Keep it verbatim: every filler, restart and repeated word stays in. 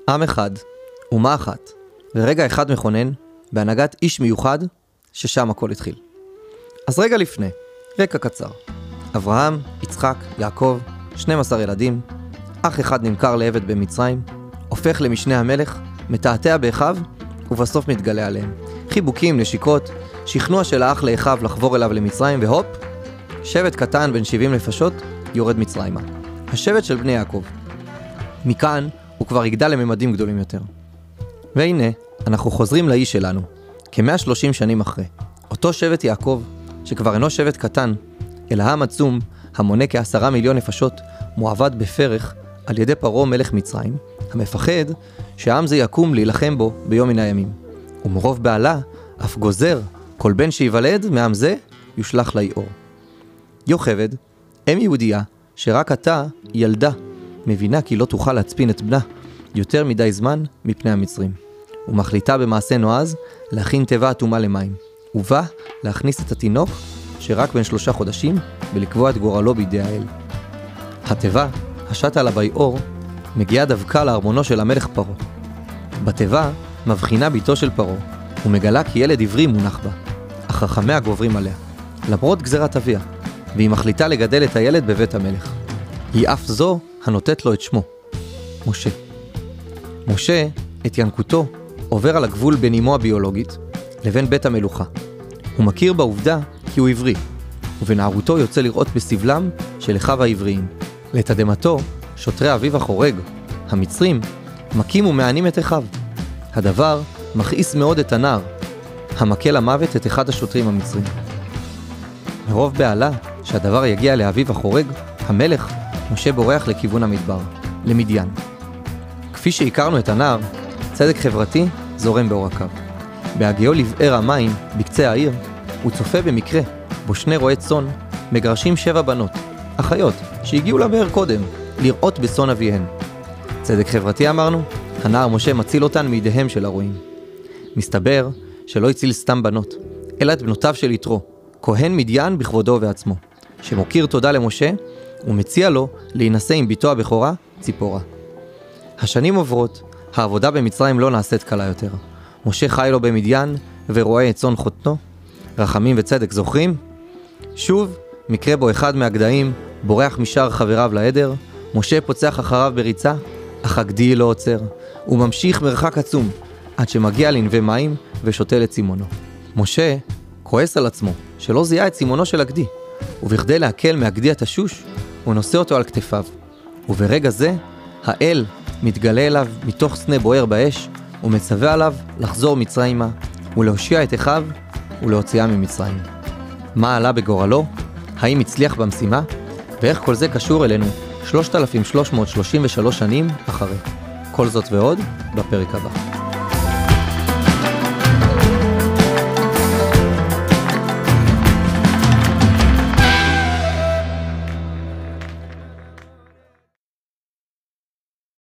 עם אחד, אומה אחת, ורגע אחד מכונן, בהנהגת איש מיוחד, ששם הכל התחיל. אז רגע לפני, רקע קצר. אברהם, יצחק, יעקב, שנים עשר ילדים, אח אחד נמכר לעבד במצרים, הופך למשנה המלך, מתעתע באחיו, ובסוף מתגלה עליהם. חיבוקים, נשיקות, שכנוע של האח לאחיו לחבור אליו למצרים, והופ, שבט קטן בין שבעים נפשות, יורד מצרימה. השבט של בני יעקב. מכאן הוא כבר יגדל לממדים גדולים יותר. והנה, אנחנו חוזרים לאיש שלנו, כ-מאה ושלושים שנים אחרי. אותו שבט יעקב, שכבר אינו שבט קטן, אלא עם עצום, המונה כעשרה מיליון נפשות, מועבד בפרך על ידי פרעה מלך מצרים, המפחד שהעם זה יקום להילחם בו ביום מן הימים. ומרוב בעלה, אף גוזר, כל בן שיוולד מעם זה, יושלח ליאור. יוכבד, אם יהודייה, שרק עתה ילדה, מבינה כי לא תוכל להצפין את בנה יותר מדי זמן מפני המצרים. ומחליטה במעשה נועז להכין תיבה אטומה למים. ובה להכניס את התינוק שרק בין שלושה חודשים ולקבוע את גורלו בידי האל. התיבה, השט עלה ביאור, מגיעה דווקא לארמונו של המלך פרעה. בתיבה מבחינה ביתו של פרעה ומגלה כי ילד עברי מונח בה, אך חכמיה גוברים עליה, למרות גזירת אביה, והיא מחליטה לגדל את הילד בבית המלך. היא אף זו הנותנת לו את שמו, משה. משה, את ינקותו, עובר על הגבול בין אמו הביולוגית לבין בית המלוכה. הוא מכיר בעובדה כי הוא עברי, ובנערותו יוצא לראות בסבלם של אחיו העבריים. לתדהמתו, שוטרי אביו החורג, המצרים, מכים ומענים את אחיו. הדבר מכעיס מאוד את הנער, המכה למוות את אחד השוטרים המצרים. מרוב בעלה שהדבר יגיע לאביו החורג, המלך, משה בורח לכיוון המדבר, למדיין. כפי שהכרנו את הנער, צדק חברתי זורם בעורקיו. בהגיעו לבאר המים בקצה העיר, הוא צופה במקרה בו שני רועי צאן מגרשים שבע בנות, אחיות, שהגיעו לבאר קודם, לראות בצאן אביהן. צדק חברתי אמרנו, הנער משה מציל אותן מידיהם של הרועים. מסתבר שלא הציל סתם בנות, אלא את בנותיו של יתרו, כהן מדיין בכבודו ובעצמו, שמוקיר תודה למשה ומציע לו להינשא עם ביתו הבכורה, ציפורה. השנים עוברות, העבודה במצרים לא נעשית קלה יותר. משה חי לו במדיין ורואה את צאן חותנו, רחמים וצדק זוכרים. שוב, מקרה בו אחד מהגדיים בורח משאר חבריו לעדר, משה פוצח אחריו בריצה, אך הגדי לא עוצר. הוא ממשיך מרחק עצום, עד שמגיע לנווה מים ושותה לצימונו. משה כועס על עצמו שלא זיהה את צימונו של הגדי, ובכדי להקל מהגדי התשוש, הוא נושא אותו על כתפיו. וברגע זה, האל מתגלה אליו מתוך סנה בוער באש, ומצווה עליו לחזור מצרימה, ולהושיע את אחיו, ולהוציאה ממצרים. מה עלה בגורלו? האם הצליח במשימה? ואיך כל זה קשור אלינו שלושת אלפים שלוש מאות שלושים ושלוש שנים אחרי. כל זאת ועוד בפרק הבא.